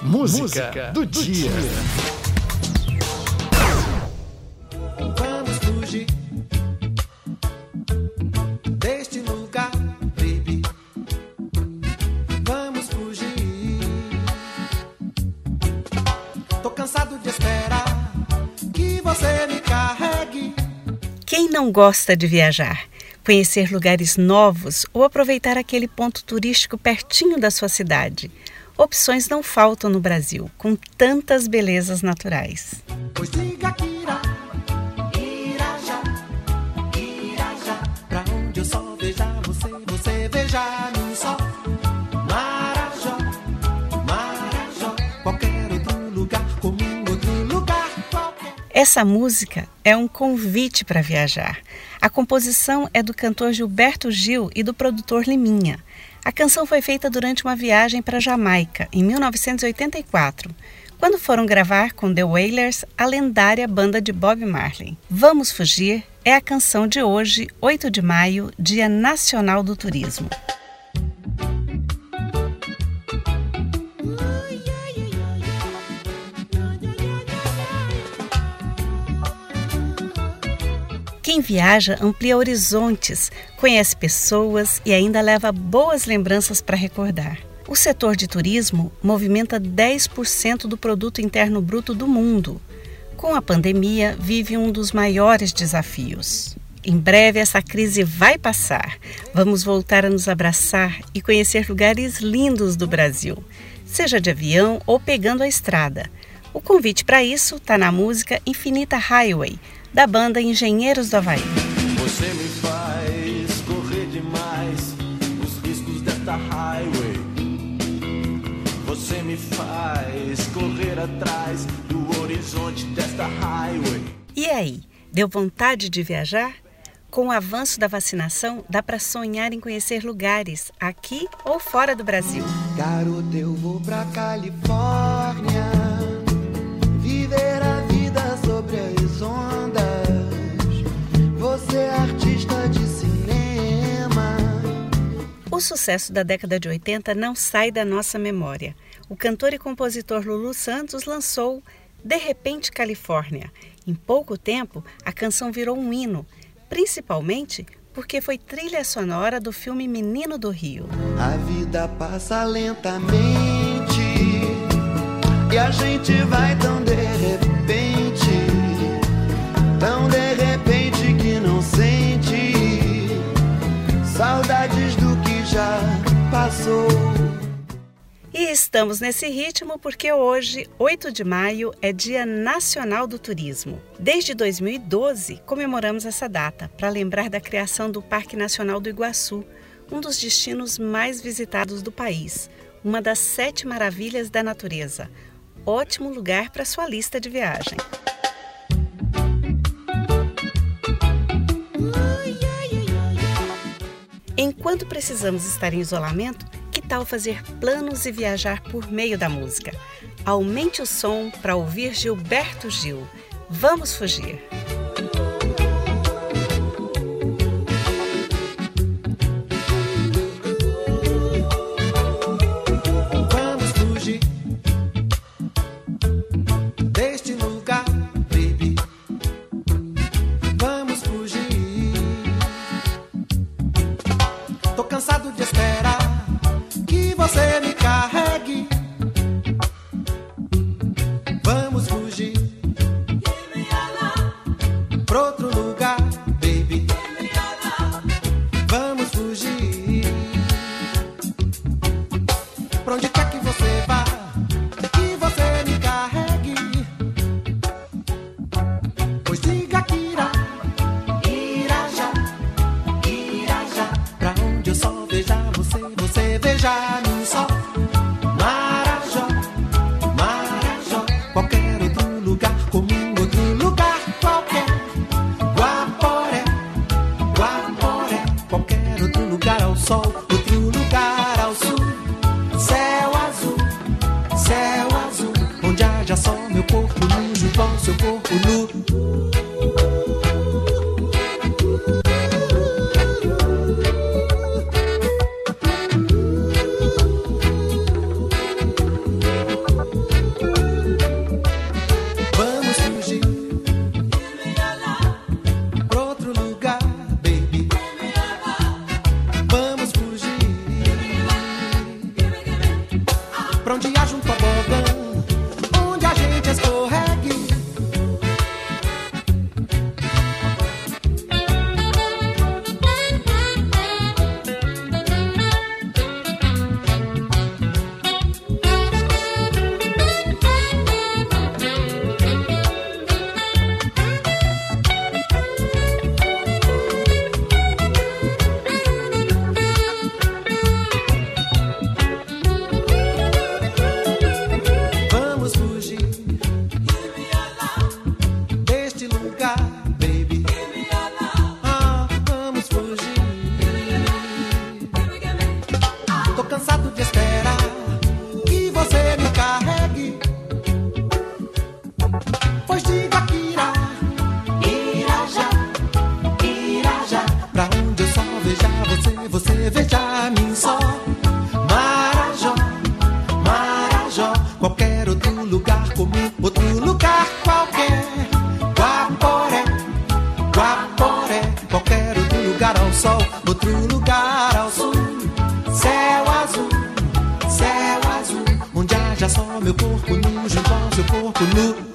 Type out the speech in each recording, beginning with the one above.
Música do dia. Vamos fugir deste lugar, baby. Vamos fugir. Tô cansado de esperar que você me carregue. Quem não gosta de viajar? Conhecer lugares novos ou aproveitar aquele ponto turístico pertinho da sua cidade? Opções não faltam no Brasil, com tantas belezas naturais. Pois diga que irá já, pra onde eu só veja você veja mim só. Marajó, qualquer outro lugar, comigo outro lugar qualquer. Essa música é um convite para viajar. A composição é do cantor Gilberto Gil e do produtor Liminha. A canção foi feita durante uma viagem para Jamaica, em 1984, quando foram gravar com The Wailers, a lendária banda de Bob Marley. Vamos Fugir é a canção de hoje, 8 de maio, Dia Nacional do Turismo. Quem viaja amplia horizontes, conhece pessoas e ainda leva boas lembranças para recordar. O setor de turismo movimenta 10% do produto interno bruto do mundo. Com a pandemia, vive um dos maiores desafios. Em breve, essa crise vai passar. Vamos voltar a nos abraçar e conhecer lugares lindos do Brasil, seja de avião ou pegando a estrada. O convite para isso está na música Infinita Highway, da banda Engenheiros do Havaí. Você me faz correr demais os riscos desta highway. Você me faz correr atrás do horizonte desta highway. E aí, deu vontade de viajar? Com o avanço da vacinação, dá para sonhar em conhecer lugares aqui ou fora do Brasil. Garoto, eu vou pra Califórnia, viver a vida sobre as ondas. Você é artista de cinema. O sucesso da década de 80 não sai da nossa memória. O cantor e compositor Lulu Santos lançou De Repente Califórnia. Em pouco tempo, a canção virou um hino, principalmente porque foi trilha sonora do filme Menino do Rio. A vida passa lentamente e a gente vai tão de repente que não sente saudades do que já passou. E estamos nesse ritmo porque hoje, 8 de maio, é Dia Nacional do Turismo. Desde 2012, comemoramos essa data para lembrar da criação do Parque Nacional do Iguaçu, um dos destinos mais visitados do país, uma das 7 maravilhas da natureza. Ótimo lugar para sua lista de viagem. Enquanto precisamos estar em isolamento, que tal fazer planos e viajar por meio da música? Aumente o som para ouvir Gilberto Gil. Vamos fugir! Vamos fugir deste lugar, baby. Vamos fugir. Tô cansado de esperar que você me carregue. Vamos fugir pra outro lugar, baby. Vamos fugir. Pra onde quer que você vá, que você me carregue. Pois diga que irá já, pra onde eu só veja você veja mim só. Marajó, qualquer outro lugar, comigo outro lugar qualquer. Guaporé, qualquer outro lugar ao sol, outro lugar ao sul. Céu azul, onde haja só meu corpo nu, junto ao seu corpo nu. pra onde haja um tobogã, onde a gente escorregue. Você veja a mim só. Marajó, Marajó, qualquer outro lugar como outro lugar qualquer. Guaporé, Guaporé, qualquer outro lugar ao sol, outro lugar ao sul. Céu azul, onde haja só meu corpo nu junto ao seu corpo nu.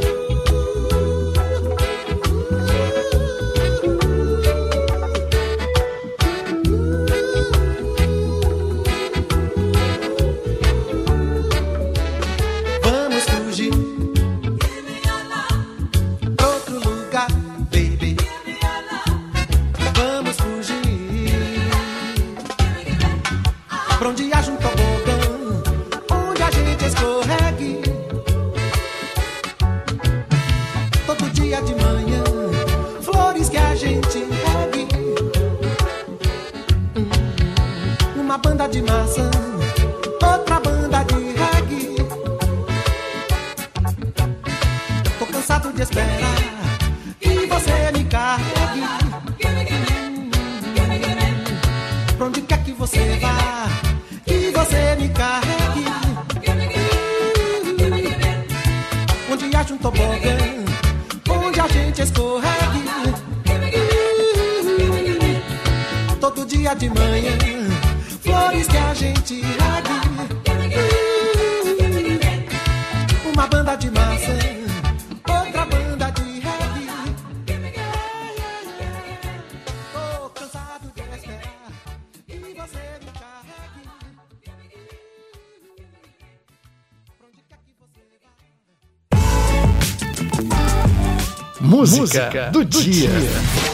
Pra onde haja um tobogã, onde a gente escorregue. Todo dia de manhã, flores que a gente regue. Uma banda de maçã, outra banda de reggae. Tô cansado de esperar que você me carregue. Pra onde quer que você vá, que você me carregue. Onde haja um tobogã, onde a gente escorregue. Todo dia de manhã, flores que a gente regue. Uma banda de maçã, outra banda de reggae. Tô cansado de esperar que você me carregue. Música do dia.